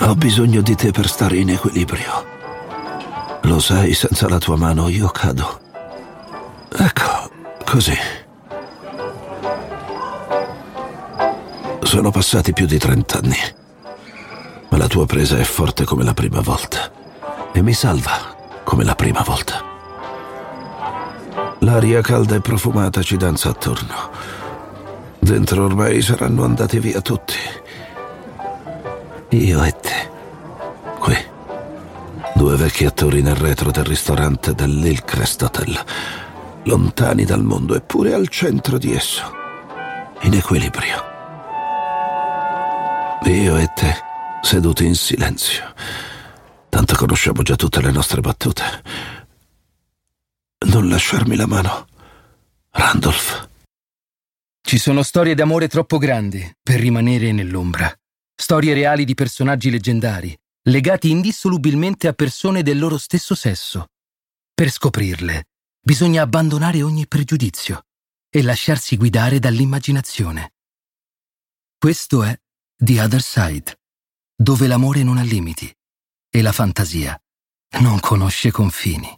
Ho bisogno di te per stare in equilibrio. Lo sai, senza la tua mano io cado. Ecco, così. Sono passati più di 30 anni, ma la tua presa è forte come la prima volta e mi salva come la prima volta. L'aria calda e profumata ci danza attorno. Dentro ormai saranno andati via tutti. Io e te, qui, 2 vecchi attori nel retro del ristorante dell'Hillcrest Hotel, lontani dal mondo eppure al centro di esso, in equilibrio. Io e te, seduti in silenzio, tanto conosciamo già tutte le nostre battute. Non lasciarmi la mano, Randolph. Ci sono storie d'amore troppo grandi per rimanere nell'ombra. Storie reali di personaggi leggendari, legati indissolubilmente a persone del loro stesso sesso. Per scoprirle, bisogna abbandonare ogni pregiudizio e lasciarsi guidare dall'immaginazione. Questo è The Other Side, dove l'amore non ha limiti e la fantasia non conosce confini.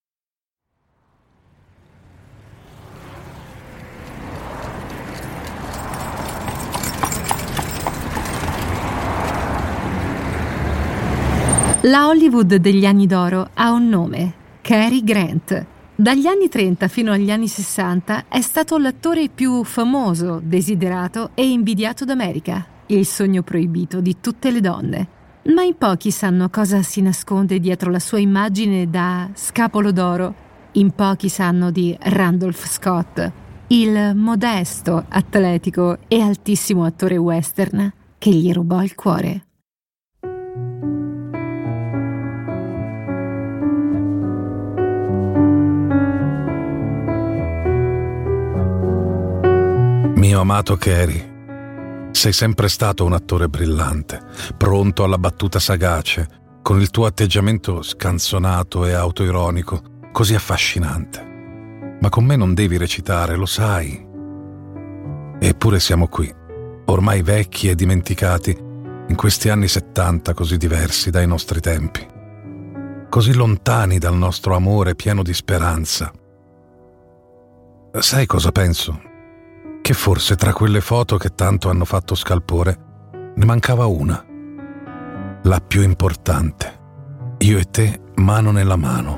La Hollywood degli anni d'oro ha un nome, Cary Grant. Dagli anni 30 fino agli anni 60 è stato l'attore più famoso, desiderato e invidiato d'America, il sogno proibito di tutte le donne. Ma in pochi sanno cosa si nasconde dietro la sua immagine da scapolo d'oro. In pochi sanno di Randolph Scott, il modesto, atletico e altissimo attore western che gli rubò il cuore. Mio amato Cary, sei sempre stato un attore brillante, pronto alla battuta sagace, con il tuo atteggiamento scanzonato e autoironico, così affascinante. Ma con me non devi recitare, lo sai. Eppure siamo qui, ormai vecchi e dimenticati, in questi anni 70 così diversi dai nostri tempi, così lontani dal nostro amore pieno di speranza. Sai cosa penso? Che forse tra quelle foto che tanto hanno fatto scalpore ne mancava una, la più importante, io e te mano nella mano.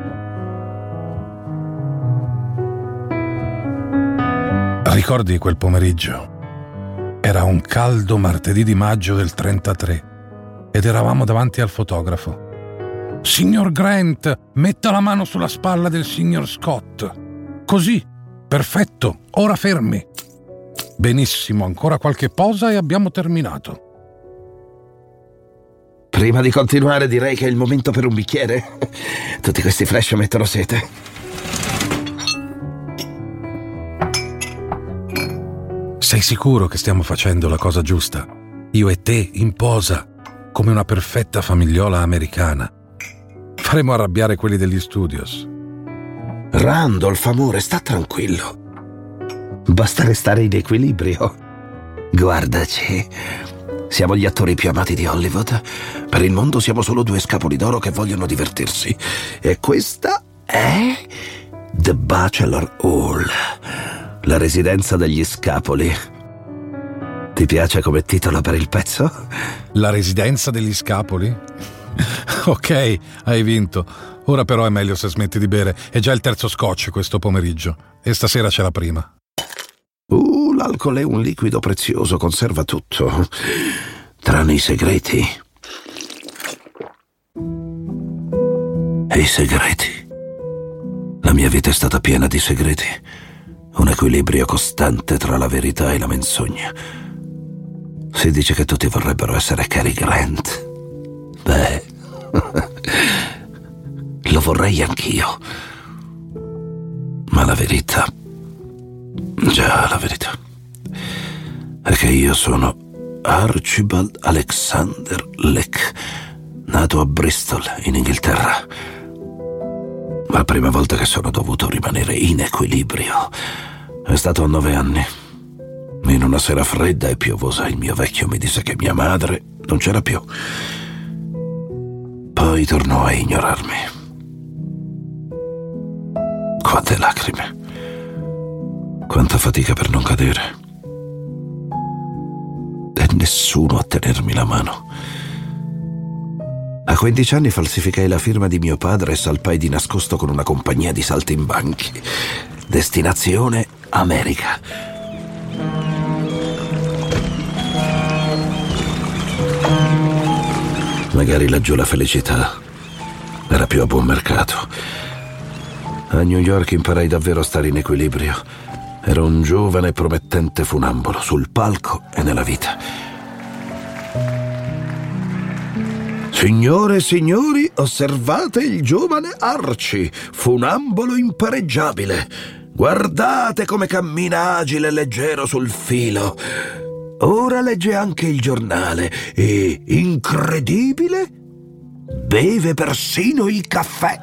Ricordi quel pomeriggio? Era un caldo martedì di maggio del 33 ed eravamo davanti al fotografo. Signor Grant, metta la mano sulla spalla del signor Scott. Così. Perfetto, ora fermi. Benissimo, ancora qualche posa e abbiamo terminato. Prima di continuare direi che è il momento per un bicchiere. Tutti questi flash mettono sete. Sei sicuro che stiamo facendo la cosa giusta? Io e te in posa, come una perfetta famigliola americana. Faremo arrabbiare quelli degli studios. Randolph, amore, sta tranquillo. Basta restare in equilibrio. Guardaci. Siamo gli attori più amati di Hollywood. Per il mondo siamo solo 2 scapoli d'oro che vogliono divertirsi. E questa è The Bachelor Hall, la residenza degli scapoli. Ti piace come titolo per il pezzo? La residenza degli scapoli? Ok, hai vinto. Ora però è meglio se smetti di bere. È già il 3° scotch questo pomeriggio. E stasera c'è la prima. L'alcol è un liquido prezioso, conserva tutto, tranne i segreti. E i segreti. La mia vita è stata piena di segreti. Un equilibrio costante tra la verità e la menzogna. Si dice che tutti vorrebbero essere Cary Grant. Beh, lo vorrei anch'io. Ma la verità, già la verità, è che io sono Archibald Alexander Leck, nato a Bristol, in Inghilterra. La prima volta che sono dovuto rimanere in equilibrio è stato a 9 anni. In una sera fredda e piovosa il mio vecchio mi disse che mia madre non c'era più Poi tornò a ignorarmi. Quante lacrime. Quanta fatica per non cadere. E nessuno a tenermi la mano. A 15 anni falsificai la firma di mio padre e salpai di nascosto con una compagnia di saltimbanchi. Destinazione America. Magari laggiù la felicità era più a buon mercato. A New York imparai davvero a stare in equilibrio. Ero un giovane e promettente funambolo sul palco e nella vita. Signore e signori, osservate il giovane Archie, funambolo impareggiabile. Guardate come cammina agile e leggero sul filo. Ora legge anche il giornale e, incredibile, beve persino il caffè.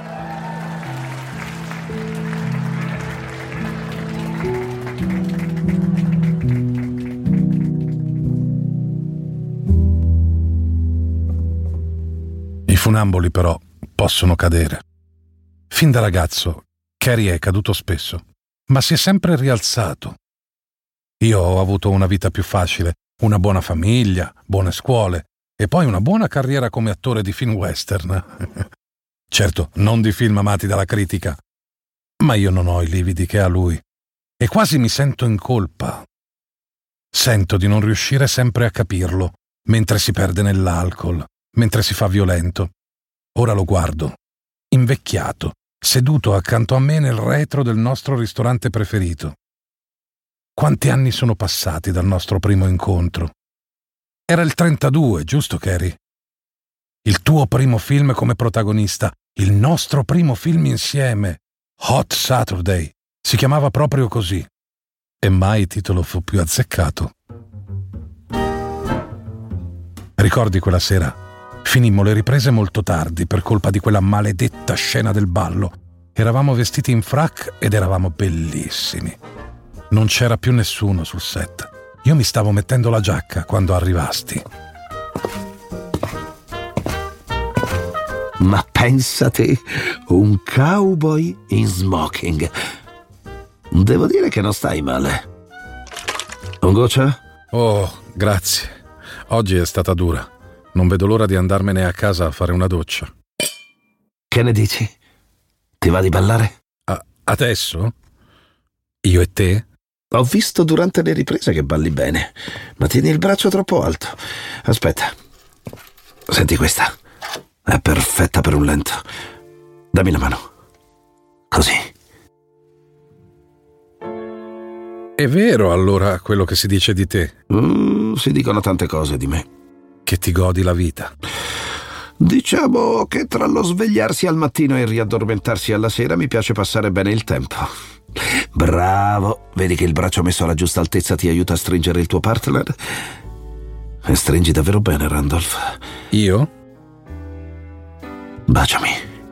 I funamboli però possono cadere. Fin da ragazzo Cary è caduto spesso, ma si è sempre rialzato. Io ho avuto una vita più facile, una buona famiglia, buone scuole e poi una buona carriera come attore di film western. Certo, non di film amati dalla critica, ma io non ho i lividi che ha lui e quasi mi sento in colpa. Sento di non riuscire sempre a capirlo, mentre si perde nell'alcol, mentre si fa violento. Ora lo guardo, invecchiato, seduto accanto a me nel retro del nostro ristorante preferito. Quanti anni sono passati dal nostro primo incontro? Era il 32, giusto, Cary? Il tuo primo film come protagonista, il nostro primo film insieme, Hot Saturday, si chiamava proprio così. E mai titolo fu più azzeccato. Ricordi quella sera? Finimmo le riprese molto tardi per colpa di quella maledetta scena del ballo. Eravamo vestiti in frac ed eravamo bellissimi. Non c'era più nessuno sul set. Io mi stavo mettendo la giacca quando arrivasti. Ma pensate, un cowboy in smoking. Devo dire che non stai male. Un goccia? Oh, grazie. Oggi è stata dura. Non vedo l'ora di andarmene a casa a fare una doccia. Che ne dici? Ti va di ballare? Adesso? Io e te? Ho visto durante le riprese che balli bene, ma tieni il braccio troppo alto. Aspetta. Senti questa. È perfetta per un lento. Dammi la mano. Così. È vero allora quello che si dice di te? Si dicono tante cose di me. Che ti godi la vita. Diciamo che tra lo svegliarsi al mattino e il riaddormentarsi alla sera mi piace passare bene il tempo. Bravo, vedi che il braccio messo alla giusta altezza ti aiuta a stringere il tuo partner? E stringi davvero bene, Randolph. Io? Baciami.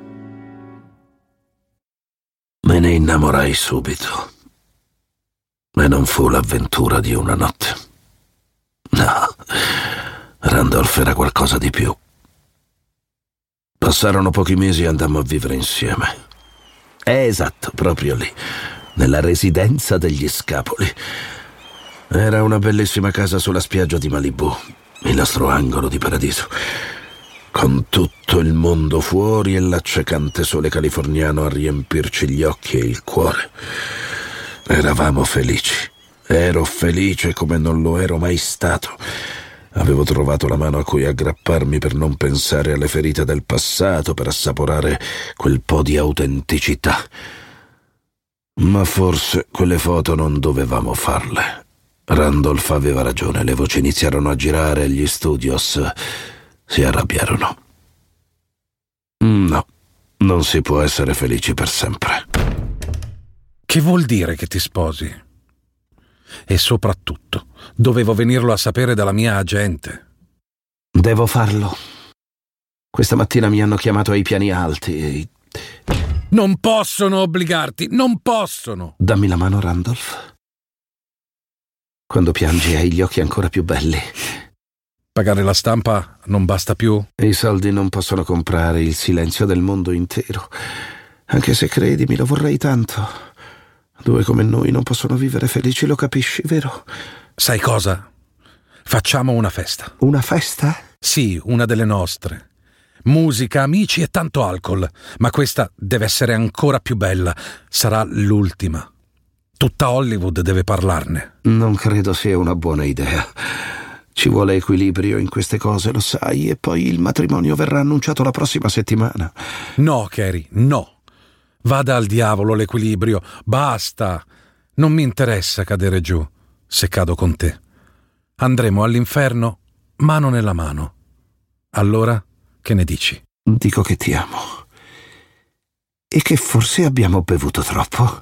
Me ne innamorai subito. E non fu l'avventura di una notte. No, Randolph era qualcosa di più. Passarono pochi mesi e andammo a vivere insieme. Esatto, proprio lì, nella residenza degli Scapoli. Era una bellissima casa sulla spiaggia di Malibu, il nostro angolo di paradiso, con tutto il mondo fuori e l'accecante sole californiano a riempirci gli occhi e il cuore. Eravamo felici. Ero felice come non lo ero mai stato. Avevo trovato la mano a cui aggrapparmi per non pensare alle ferite del passato, per assaporare quel po' di autenticità. Ma forse quelle foto non dovevamo farle. Randolph aveva ragione, le voci iniziarono a girare e gli studios si arrabbiarono. No, non si può essere felici per sempre. Che vuol dire che ti sposi? E soprattutto, dovevo venirlo a sapere dalla mia agente. Devo farlo. Questa mattina mi hanno chiamato ai piani alti e... Non possono obbligarti, non possono! Dammi la mano, Randolph. Quando piangi hai gli occhi ancora più belli. Pagare la stampa non basta più? I soldi non possono comprare il silenzio del mondo intero. Anche se, credimi, lo vorrei tanto. 2 come noi non possono vivere felici, lo capisci, vero? Sai cosa? Facciamo una festa. Una festa? Sì, una delle nostre. Musica, amici e tanto alcol. Ma questa deve essere ancora più bella. Sarà l'ultima. Tutta Hollywood deve parlarne. Non credo sia una buona idea. Ci vuole equilibrio in queste cose, lo sai, e poi il matrimonio verrà annunciato la prossima settimana. No, Carrie, no. Vada al diavolo l'equilibrio. Basta. Non mi interessa cadere giù, se cado con te. Andremo all'inferno mano nella mano. Allora, che ne dici? Dico che ti amo. E che forse abbiamo bevuto troppo.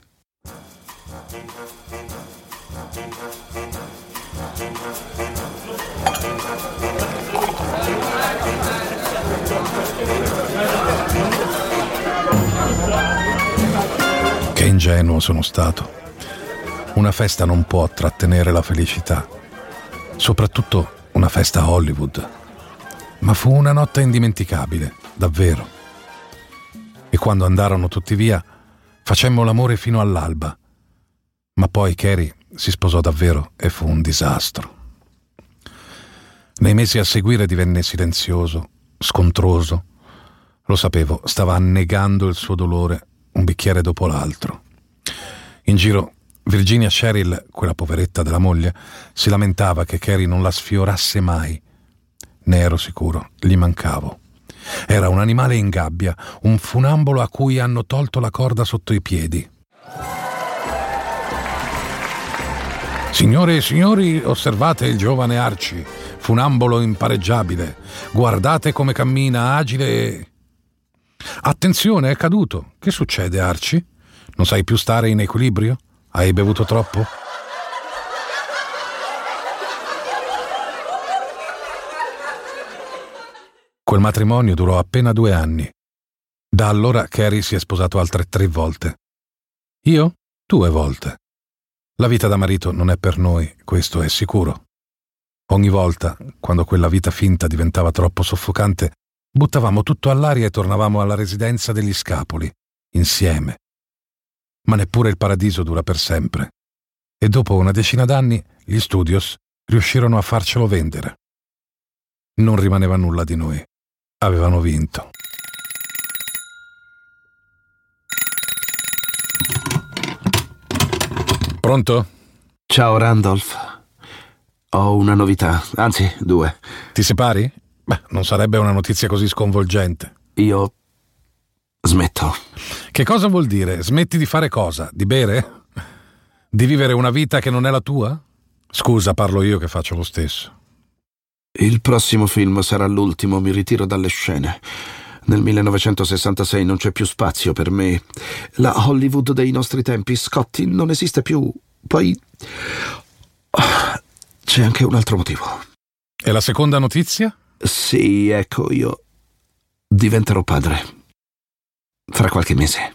Che ingenuo sono stato. Una festa non può trattenere la felicità, soprattutto una festa a Hollywood. Ma fu una notte indimenticabile, davvero. E quando andarono tutti via, facemmo l'amore fino all'alba. Ma poi Carrie si sposò davvero e fu un disastro. Nei mesi a seguire divenne silenzioso, scontroso. Lo sapevo, stava annegando il suo dolore un bicchiere dopo l'altro. In giro, Virginia Cheryl, quella poveretta della moglie, si lamentava che Carrie non la sfiorasse mai. Ne ero sicuro, gli mancavo. Era un animale in gabbia, un funambolo a cui hanno tolto la corda sotto i piedi. Signore e signori, osservate il giovane Archie, funambolo impareggiabile. Guardate come cammina agile e... Attenzione, è caduto. Che succede, Archie? Non sai più stare in equilibrio? Hai bevuto troppo? Quel matrimonio durò appena 2 anni. Da allora Carrie si è sposato altre 3 volte. Io? 2 volte. La vita da marito non è per noi, questo è sicuro. Ogni volta, quando quella vita finta diventava troppo soffocante, buttavamo tutto all'aria e tornavamo alla residenza degli Scapoli, insieme. Ma neppure il paradiso dura per sempre. E dopo una decina d'anni, gli studios riuscirono a farcelo vendere. Non rimaneva nulla di noi. Avevano vinto. Pronto? Ciao Randolph. Ho una novità, anzi 2. Ti separi? Beh, non sarebbe una notizia così sconvolgente. Io smetto. Che cosa vuol dire? Smetti di fare cosa? Di bere? Di vivere una vita che non è la tua? Scusa, parlo io che faccio lo stesso. Il prossimo film sarà l'ultimo, mi ritiro dalle scene. Nel 1966 non c'è più spazio per me. La Hollywood dei nostri tempi, Scotty, non esiste più. Poi c'è anche un altro motivo. E la seconda notizia? Sì, ecco, io diventerò padre. Fra qualche mese.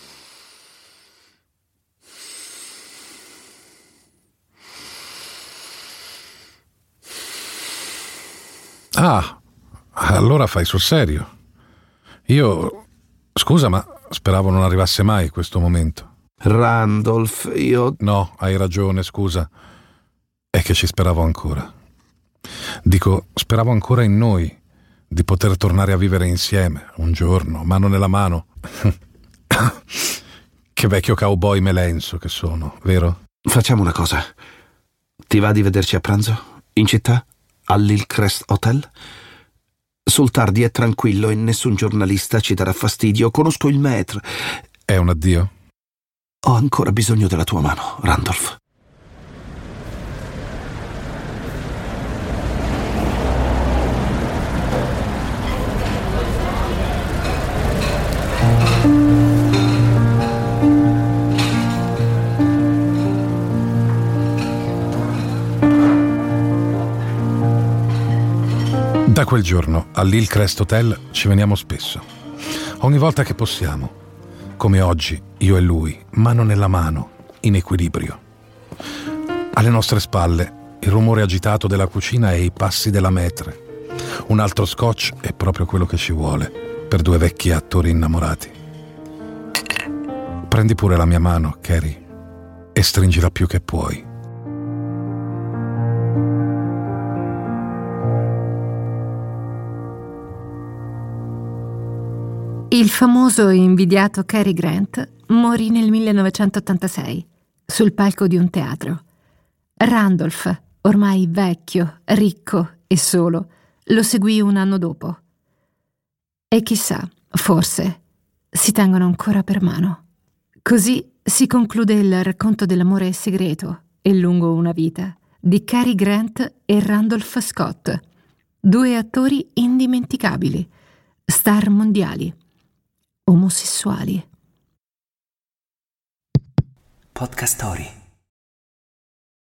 Ah, allora fai sul serio. Io... Scusa, ma speravo non arrivasse mai questo momento. Randolph, io... No, hai ragione, scusa. È che ci speravo ancora. Dico, speravo ancora in noi, di poter tornare a vivere insieme, un giorno, mano nella mano. Che vecchio cowboy melenso che sono, vero? Facciamo una cosa. Ti va di vederci a pranzo? In città? All'Hillcrest Hotel? Sul tardi è tranquillo e nessun giornalista ci darà fastidio. Conosco il maître. È un addio? Ho ancora bisogno della tua mano, Randolph. Da quel giorno all'Hillcrest Hotel ci veniamo spesso, ogni volta che possiamo, come oggi io e lui, mano nella mano, in equilibrio. Alle nostre spalle il rumore agitato della cucina e i passi della maître. Un altro scotch è proprio quello che ci vuole per due vecchi attori innamorati. Prendi pure la mia mano, Carrie, e stringila più che puoi. Il famoso e invidiato Cary Grant morì nel 1986 sul palco di un teatro. Randolph, ormai vecchio, ricco e solo, lo seguì un anno dopo. E chissà, forse, si tengono ancora per mano. Così si conclude il racconto dell'amore segreto e lungo una vita di Cary Grant e Randolph Scott, due attori indimenticabili, star mondiali, omosessuali. Podcast Story.